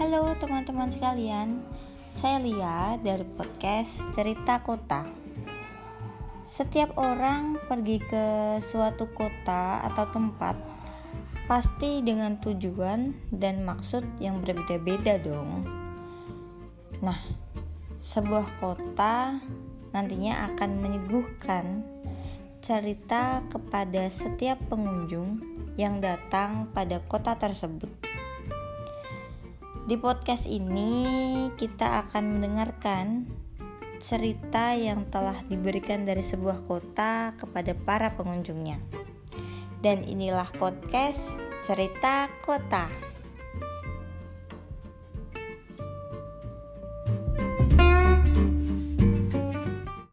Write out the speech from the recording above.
Halo teman-teman sekalian, saya Lia dari podcast Cerita Kota. Setiap orang pergi ke suatu kota atau tempat pasti dengan tujuan dan maksud yang berbeda-beda dong. Nah, sebuah kota nantinya akan menyuguhkan cerita kepada setiap pengunjung yang datang pada kota tersebut. Di podcast ini kita akan mendengarkan cerita yang telah diberikan dari sebuah kota kepada para pengunjungnya. Dan inilah podcast Cerita Kota.